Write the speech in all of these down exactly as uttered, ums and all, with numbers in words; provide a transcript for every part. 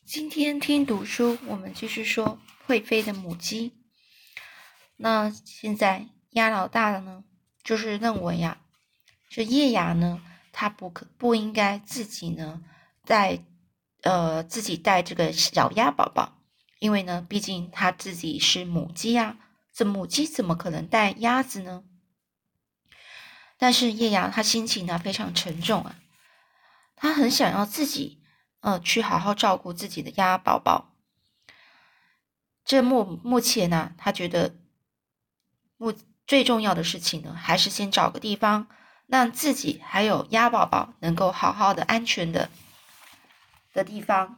今天听读书，我们继续说会飞的母鸡。那现在鸭老大的呢，就是认为呀、啊，这叶芽呢，它不可不应该自己呢带呃自己带这个小鸭宝宝，因为呢，毕竟它自己是母鸡啊，这母鸡怎么可能带鸭子呢？但是叶芽他心情呢非常沉重啊，他很想要自己呃去好好照顾自己的鸭宝宝。这目目前呢、啊，他觉得目最重要的事情呢，还是先找个地方，让自己还有鸭宝宝能够好好的、安全的的地方。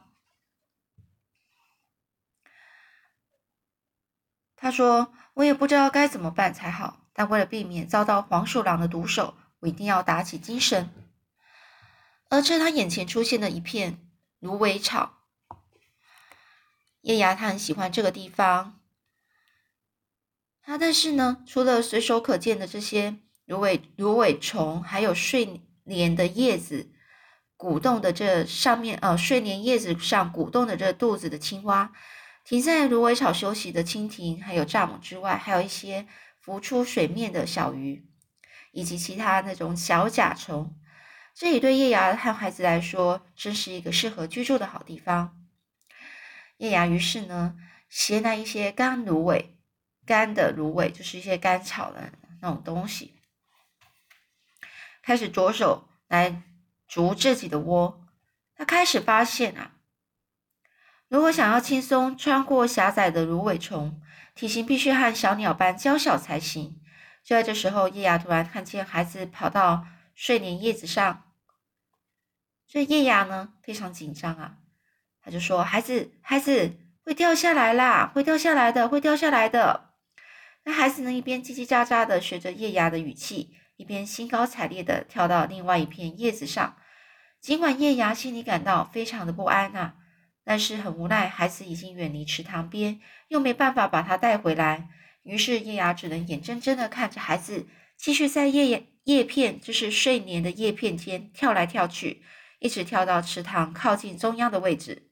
他说：“我也不知道该怎么办才好，但为了避免遭到黄鼠狼的毒手，我一定要打起精神。”而这他眼前出现了一片芦苇草。叶芽他很喜欢这个地方，他但是呢，除了随手可见的这些芦苇芦苇虫，还有睡莲的叶子鼓动的这上面呃睡莲叶子上鼓动的这肚子的青蛙，停在芦苇草休息的蜻蜓，还有蚱蜢之外，还有一些浮出水面的小鱼，以及其他那种小甲虫。这里对叶芽和孩子来说，真是一个适合居住的好地方。叶芽于是呢，携带一些干芦苇。干的芦苇就是一些干草的那种东西，开始着手来筑自己的窝。他开始发现啊，如果想要轻松穿过狭窄的芦苇丛，体型必须和小鸟般娇小才行。就在这时候，叶芽突然看见孩子跑到睡莲叶子上，这叶芽呢非常紧张啊，他就说：“孩子，孩子会掉下来啦，会掉下来的，会掉下来的。”那孩子呢，一边叽叽喳喳的学着叶芽的语气，一边兴高采烈的跳到另外一片叶子上。尽管叶芽心里感到非常的不安啊，但是很无奈，孩子已经远离池塘边，又没办法把他带回来。于是叶芽只能眼睁睁的看着孩子继续在叶叶片，就是睡莲的叶片间跳来跳去，一直跳到池塘靠近中央的位置。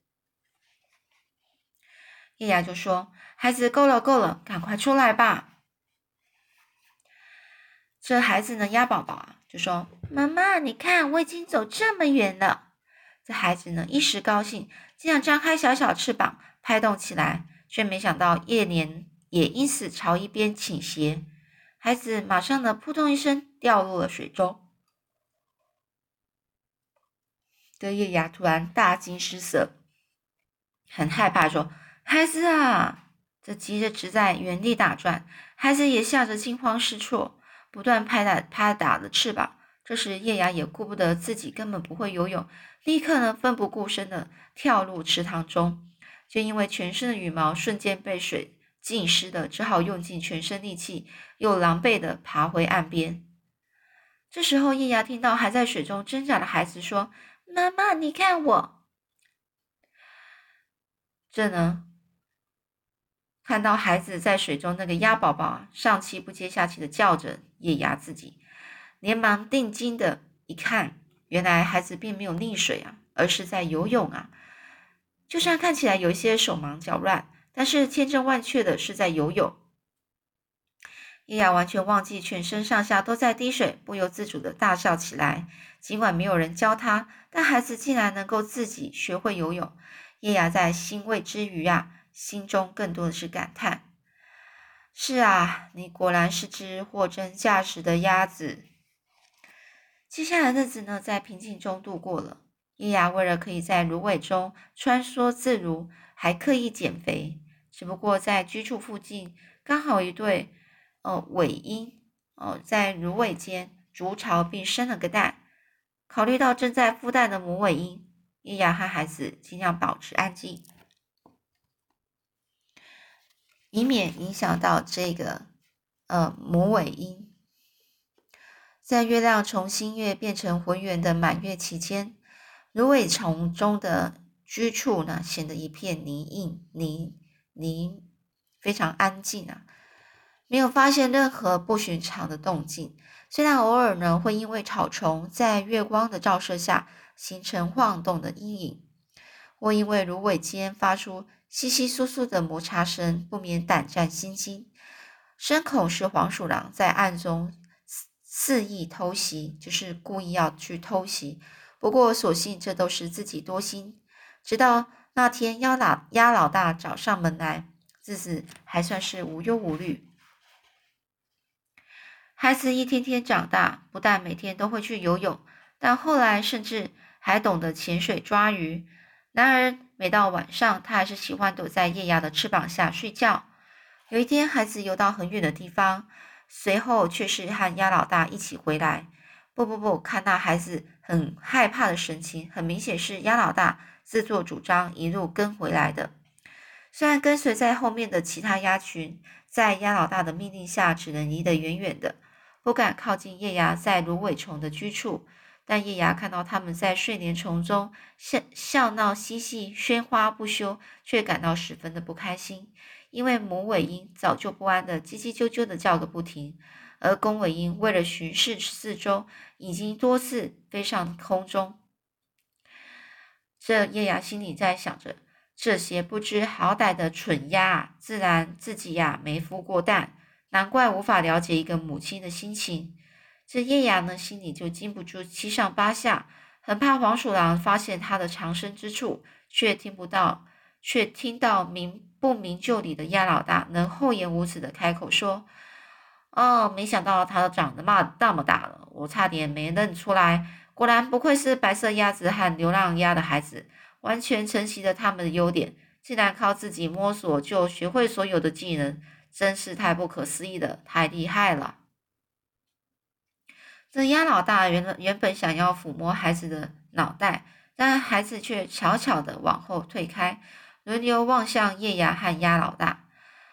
叶芽就说：“孩子，够了，够了，赶快出来吧。”这孩子呢，鸭宝宝啊，就说：“妈妈，你看，我已经走这么远了。”这孩子呢，一时高兴，竟然张开小小翅膀拍动起来，却没想到叶莲也因此朝一边倾斜，孩子马上呢，扑通一声掉入了水中。这叶芽突然大惊失色，很害怕，说：“孩子啊！”这急着直在原地打转，孩子也吓得惊慌失措，不断拍打拍打着翅膀。这时叶芽也顾不得自己根本不会游泳，立刻呢奋不顾身的跳入池塘中，就因为全身的羽毛瞬间被水浸湿的，只好用尽全身力气，又狼狈的爬回岸边。这时候叶芽听到还在水中挣扎的孩子说：“妈妈，你看我。”这呢，看到孩子在水中那个鸭宝宝啊，上气不接下气的叫着叶芽自己，连忙定睛的一看，原来孩子并没有溺水啊，而是在游泳啊。就算看起来有一些手忙脚乱，但是千真万确的是在游泳。叶芽完全忘记全身上下都在滴水，不由自主的大笑起来。尽管没有人教他，但孩子竟然能够自己学会游泳。叶芽在欣慰之余啊，心中更多的是感叹：是啊，你果然是只货真价实的鸭子。接下来的日子呢，在平静中度过了。叶芽为了可以在芦苇中穿梭自如，还刻意减肥。只不过在居处附近刚好一对呃尾鹰哦，在芦苇间筑巢并生了个蛋。考虑到正在孵蛋的母尾鹰，叶芽和孩子尽量保持安静，以免影响到这个呃母尾鹰。在月亮从新月变成浑圆的满月期间，芦苇丛中的居处呢，显得一片泥泞泥泥，非常安静啊，没有发现任何不寻常的动静。虽然偶尔呢，会因为草丛在月光的照射下形成晃动的阴影， 或因为芦苇间发出窸窸窣窣的摩擦声，不免胆战心惊，深恐是黄鼠狼在暗中肆意偷袭，就是故意要去偷袭。不过所幸这都是自己多心，直到那天鸭老鸭老大找上门来，日子还算是无忧无虑。孩子一天天长大，不但每天都会去游泳，但后来甚至还懂得潜水抓鱼。然而每到晚上，他还是喜欢躲在叶芽的翅膀下睡觉。有一天，孩子游到很远的地方，随后却是和鸭老大一起回来。不不不，看那孩子很害怕的神情，很明显是鸭老大自作主张一路跟回来的。虽然跟随在后面的其他鸭群，在鸭老大的命令下，只能离得远远的，不敢靠近叶芽在芦苇丛的居处。但叶芽看到他们在睡莲丛中笑笑闹嬉戏，喧哗不休，却感到十分的不开心。因为母尾鹰早就不安的叽叽啾啾的叫个不停，而公尾鹰为了巡视四周，已经多次飞上空中。这叶芽心里在想着，这些不知好歹的蠢鸭啊，自然自己呀、啊、没孵过蛋，难怪无法了解一个母亲的心情。这叶芽呢，心里就禁不住七上八下，很怕黄鼠狼发现它的藏身之处，却听不到，却听到明不明就里的鸭老大能厚颜无耻的开口说：“哦，没想到它长得嘛那么大了，我差点没认出来。果然不愧是白色鸭子和流浪鸭的孩子，完全承袭了他们的优点，竟然靠自己摸索就学会所有的技能，真是太不可思议了，太厉害了。”这鸭老大原原本想要抚摸孩子的脑袋，但孩子却悄悄地往后退开，轮流望向叶芽和鸭老大。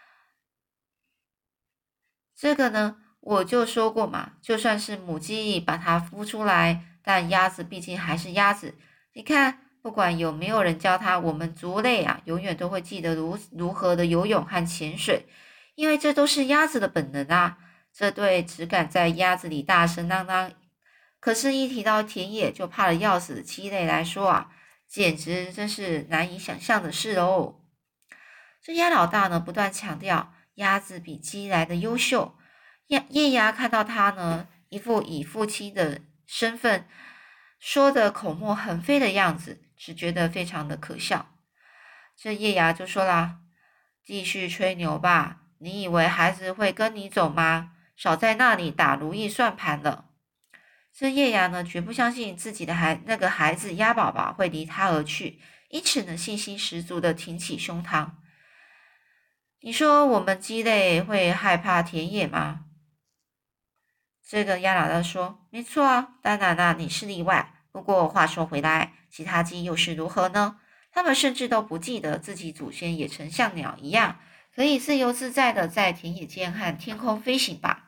这个呢，我就说过嘛，就算是母鸡把它孵出来，但鸭子毕竟还是鸭子。你看，不管有没有人教它，我们族类啊，永远都会记得如如何的游泳和潜水，因为这都是鸭子的本能啊。这对只敢在鸭子里大声嚷嚷，可是，一提到田野就怕得要死的鸡类来说啊，简直真是难以想象的事哦。这鸭老大呢，不断强调鸭子比鸡来的优秀。叶叶芽看到他呢，一副以父亲的身份说的口沫横飞的样子，只觉得非常的可笑。这叶芽就说啦：“继续吹牛吧，你以为孩子会跟你走吗？少在那里打如意算盘了。”这叶芽呢，绝不相信自己的孩那个孩子鸭宝宝会离他而去，因此呢，信心十足的挺起胸膛。你说我们鸡类会害怕田野吗？这个鸭老大说：“没错啊，当然啦，你是例外。不过话说回来，其他鸡又是如何呢？他们甚至都不记得自己祖先也曾像鸟一样，可以自由自在的在田野间和天空飞行吧？”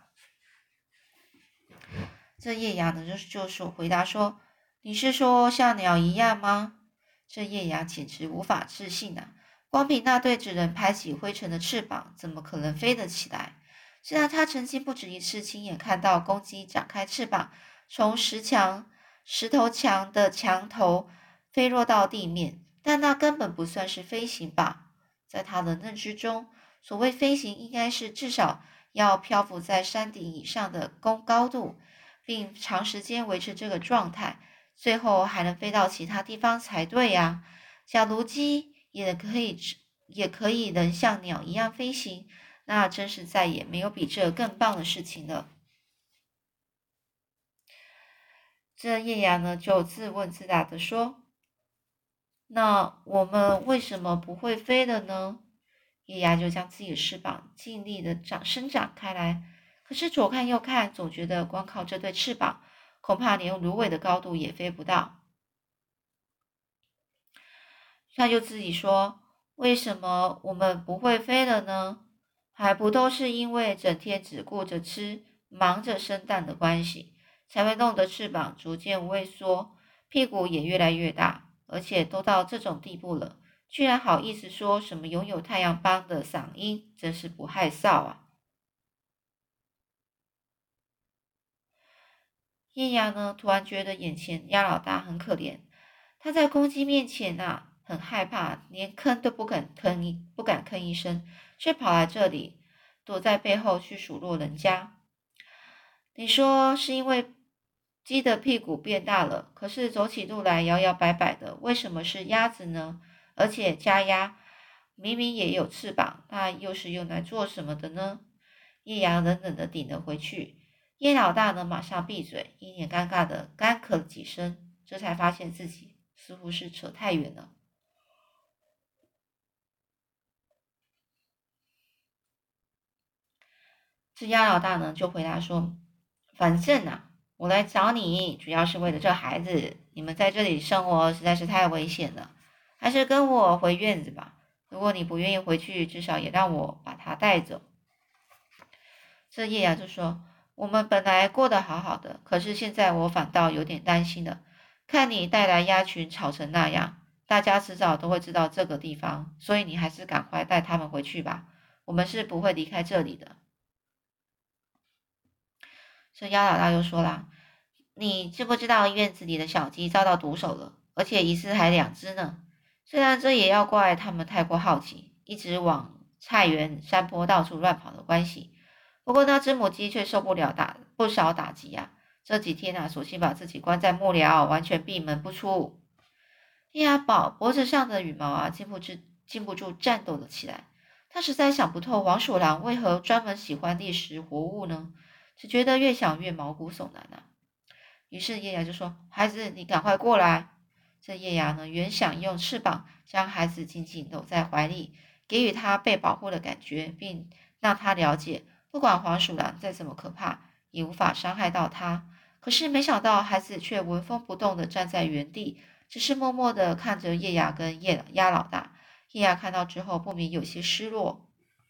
这叶芽呢，就就说回答说：“你是说像鸟一样吗？”这叶芽简直无法置信啊！光凭那对只能拍起灰尘的翅膀，怎么可能飞得起来？虽然他曾经不止一次亲眼看到公鸡展开翅膀，从石墙、石头墙的墙头飞落到地面，但那根本不算是飞行吧？在他的认知中，所谓飞行应该是至少要漂浮在山顶以上的高高度，并长时间维持这个状态，最后还能飞到其他地方才对呀。假如鸡也可以，也可以能像鸟一样飞行，那真是再也没有比这更棒的事情了。这叶芽呢，就自问自答的说：“那我们为什么不会飞了呢？”叶芽就将自己的翅膀尽力的长伸展开来，可是左看右看，总觉得光靠这对翅膀，恐怕连芦苇的高度也飞不到。他就自己说：“为什么我们不会飞了呢？还不都是因为整天只顾着吃，忙着生蛋的关系，才会弄得翅膀逐渐萎缩，屁股也越来越大，而且都到这种地步了，居然好意思说什么拥有太阳般的嗓音，真是不害臊啊！”叶芽呢，突然觉得眼前鸭老大很可怜，他在公鸡面前啊， 很害怕，连吭都不肯吭一不敢吭一声，却跑来这里，躲在背后去数落人家。你说是因为鸡的屁股变大了，可是走起路来摇摇摆摆的，为什么是鸭子呢？而且家鸭明明也有翅膀，那又是用来做什么的呢？叶阳冷冷的顶了回去。叶老大呢，马上闭嘴，一脸尴尬的干咳了几声，这才发现自己似乎是扯太远了。这鸭老大呢，就回答说：“反正啊，我来找你，主要是为了这孩子。你们在这里生活实在是太危险了，还是跟我回院子吧。如果你不愿意回去，至少也让我把他带走。”这叶雅就说：“我们本来过得好好的，可是现在我反倒有点担心了。看你带来鸭群吵成那样，大家迟早都会知道这个地方，所以你还是赶快带他们回去吧。我们是不会离开这里的。”这鸭老大又说啦：“你知不知道院子里的小鸡遭到毒手了，而且一次还两只呢？虽然这也要怪他们太过好奇，一直往菜园、山坡到处乱跑的关系。不过那只母鸡却受不了打不少打击呀、啊，这几天啊，索性把自己关在幕僚，完全闭门不出。”叶阿宝脖子上的羽毛啊，禁不住禁不住颤抖了起来。他实在想不透黄鼠狼为何专门喜欢猎食活物呢？只觉得越想越毛骨悚然啊。于是叶芽就说：“孩子，你赶快过来。”这叶芽呢，原想用翅膀将孩子紧紧搂在怀里，给予他被保护的感觉，并让他了解，不管黄鼠狼再怎么可怕，也无法伤害到他。可是没想到，孩子却纹风不动地站在原地，只是默默地看着叶芽跟叶鸭老大。叶芽看到之后，不免有些失落。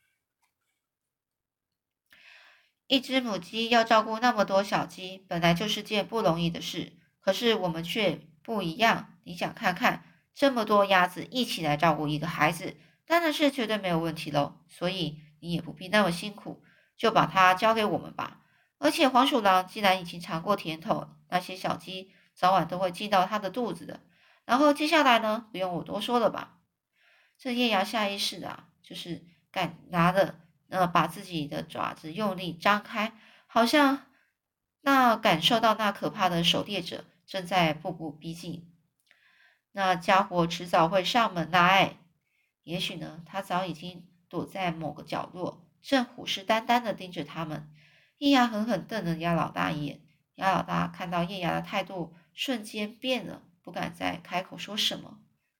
一只母鸡要照顾那么多小鸡，本来就是件不容易的事。可是我们却不一样。你想看看，这么多鸭子一起来照顾一个孩子，当然是绝对没有问题喽。所以你也不必那么辛苦，就把它交给我们吧。而且黄鼠狼既然已经尝过甜头，那些小鸡早晚都会进到它的肚子的。然后接下来呢，不用我多说了吧？这叶芽下意识的啊，就是敢拿着。呃，把自己的爪子用力张开，好像那感受到那可怕的狩猎者正在步步逼近。那家伙迟早会上门来。也许呢，他早已经躲在某个角落，正虎视眈眈的盯着他们。叶芽狠狠瞪了鸭老大一眼。鸭老大看到叶芽的态度瞬间变了，不敢再开口说什么。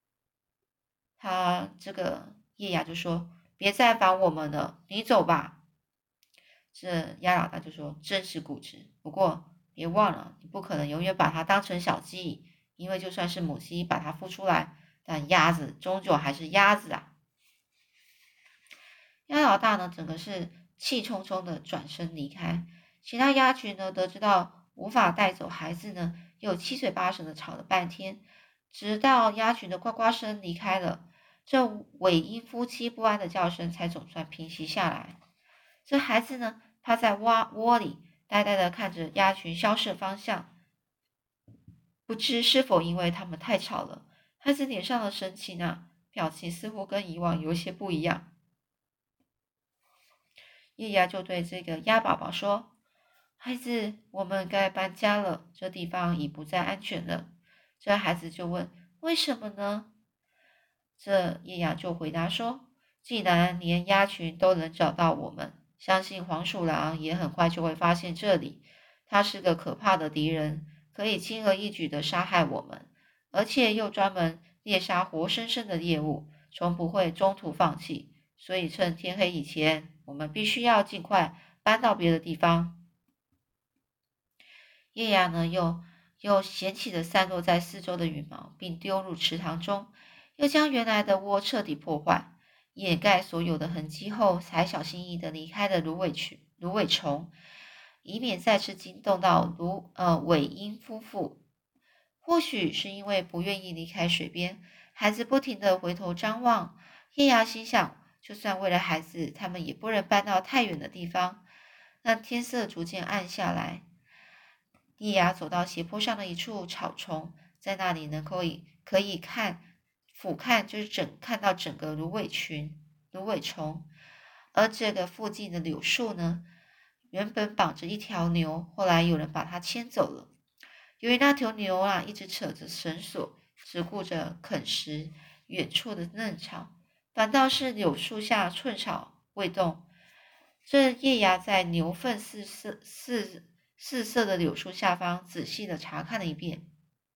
他这个叶芽就说：“别再烦我们了，你走吧。”这鸭老大就说：“真是固执，不过别忘了，你不可能永远把它当成小鸡，因为就算是母鸡把它孵出来，但鸭子终究还是鸭子啊。”鸭老大呢，整个是气冲冲的转身离开。其他鸭群呢，得知到无法带走孩子呢，又七嘴八舌的吵了半天，直到鸭群的呱呱声离开了。这尾音夫妻不安的叫声才总算平息下来。这孩子呢，趴在窝窝里，呆呆的看着鸭群消失的方向。不知是否因为他们太吵了，孩子脸上的神情啊，表情似乎跟以往有些不一样。叶芽就对这个鸭宝宝说：“孩子，我们该搬家了，这地方已不再安全了。”这孩子就问：“为什么呢？”这叶芽就回答说：“既然连鸭群都能找到我们，相信黄鼠狼也很快就会发现这里。它是个可怕的敌人，可以轻而易举的杀害我们，而且又专门猎杀活生生的猎物，从不会中途放弃。所以趁天黑以前，我们必须要尽快搬到别的地方。”叶芽呢，又又捡起了散落在四周的羽毛，并丢入池塘中。又将原来的窝彻底破坏，掩盖所有的痕迹后，才小心翼翼地离开了芦苇群、芦苇丛，以免再次惊动到芦呃尾鹰夫妇。或许是因为不愿意离开水边，孩子不停地回头张望。叶芽心想，就算为了孩子，他们也不能搬到太远的地方。让天色逐渐暗下来，叶芽走到斜坡上的一处草丛，在那里能够可以看俯瞰就是整看到整个芦苇群、芦苇丛，而这个附近的柳树呢，原本绑着一条牛，后来有人把它牵走了。由于那头牛啊一直扯着绳索，只顾着啃食远处的嫩草，反倒是柳树下寸草未动。这叶芽在牛粪四色四四色的柳树下方仔细的查看了一遍。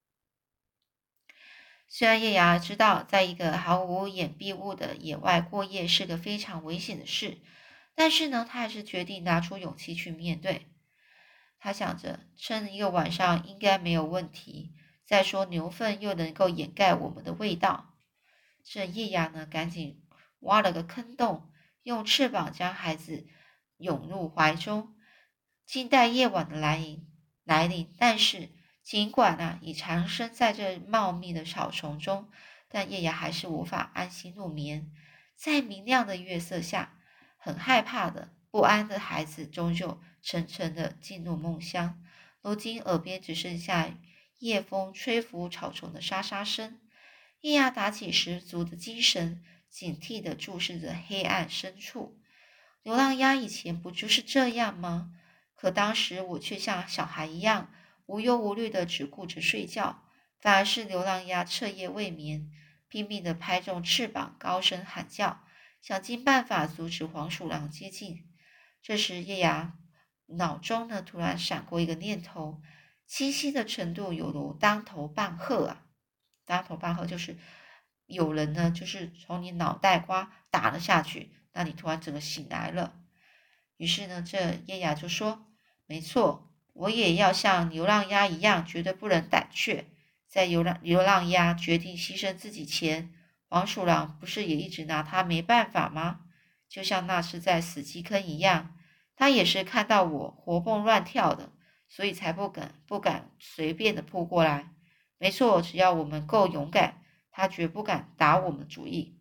虽然叶芽知道在一个毫无掩蔽物的野外过夜是个非常危险的事，但是呢，他还是决定拿出勇气去面对。他想着，撑一个晚上应该没有问题。再说牛粪又能够掩盖我们的味道。这叶芽呢，赶紧挖了个坑洞，用翅膀将孩子涌入怀中，静待夜晚的来临。来临，但是尽管啊已藏身在这茂密的草丛中，但叶芽还是无法安心入眠。在明亮的月色下，很害怕的、不安的孩子终究沉沉的进入梦乡。如今耳边只剩下夜风吹拂草丛的沙沙声。叶芽打起十足的精神，警惕地注视着黑暗深处。流浪鸭以前不就是这样吗？可当时我却像小孩一样无忧无虑地只顾着睡觉，反而是流浪鸭彻夜未眠，拼命地拍动翅膀，高声喊叫，想尽办法阻止黄鼠狼接近。这时叶芽脑中呢突然闪过一个念头，清晰的程度有如当头棒喝啊！当头棒喝就是有人呢就是从你脑袋瓜打了下去，那你突然整个醒来了。于是呢，这叶芽就说：“没错，我也要像流浪鸭一样，绝对不能胆怯。在流浪流浪鸭决定牺牲自己前，黄鼠狼不是也一直拿他没办法吗？就像那次在死鸡坑一样，他也是看到我活蹦乱跳的，所以才不敢不敢随便的扑过来。没错，只要我们够勇敢，他绝不敢打我们主意。”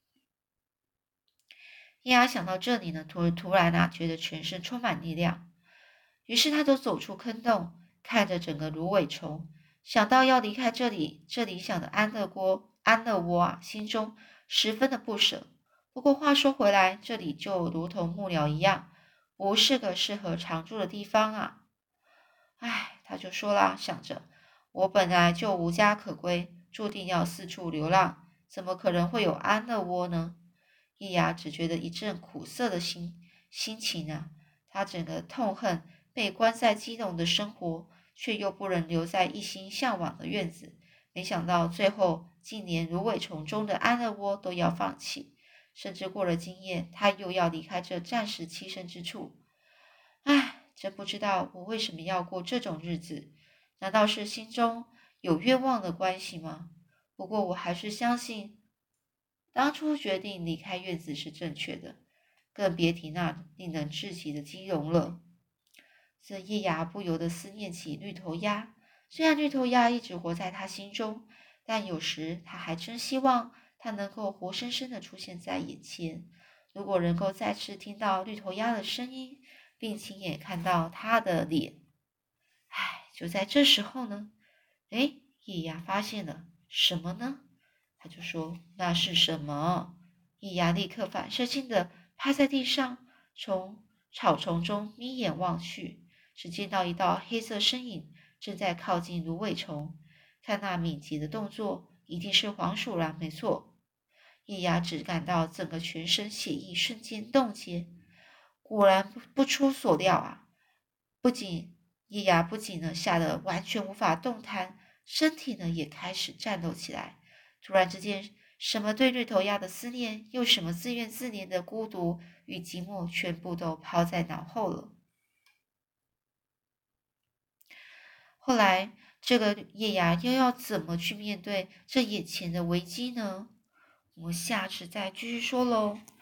叶芽想到这里呢，突突然啊，觉得全身充满力量。于是他就走出坑洞，看着整个芦苇丛，想到要离开这里这理想的安乐窝，安乐窝啊，心中十分的不舍。不过话说回来，这里就如同木鸟一样，不是个适合常住的地方啊。唉，他就说啦，想着我本来就无家可归，注定要四处流浪，怎么可能会有安乐窝呢？叶芽只觉得一阵苦涩的心心情啊，他整个痛恨被关在鸡笼的生活，却又不能留在一心向往的院子。没想到最后竟连芦苇丛中的安乐窝都要放弃，甚至过了今夜，他又要离开这暂时栖身之处。唉，真不知道我为什么要过这种日子？难道是心中有愿望的关系吗？不过我还是相信当初决定离开院子是正确的，更别提那令人窒息的鸡笼了。这叶芽不由得思念起绿头鸭，虽然绿头鸭一直活在他心中，但有时他还真希望它能够活生生的出现在眼前。如果能够再次听到绿头鸭的声音，并亲眼看到它的脸，唉，就在这时候呢，诶，叶芽发现了什么呢？他就说：“那是什么？”叶芽立刻反射性的趴在地上，从草丛中眯眼望去，只见到一道黑色身影正在靠近芦苇丛。看那敏捷的动作，一定是黄鼠狼，没错。叶芽只感到整个全身血液瞬间冻结。果然不不出所料啊！不仅叶芽不仅呢吓得完全无法动弹，身体呢也开始颤抖起来。突然之间，什么对绿头鸭的思念，又什么自怨自怜的孤独与寂寞，全部都抛在脑后了。后来，这个叶芽又要怎么去面对这眼前的危机呢？我们下次再继续说喽。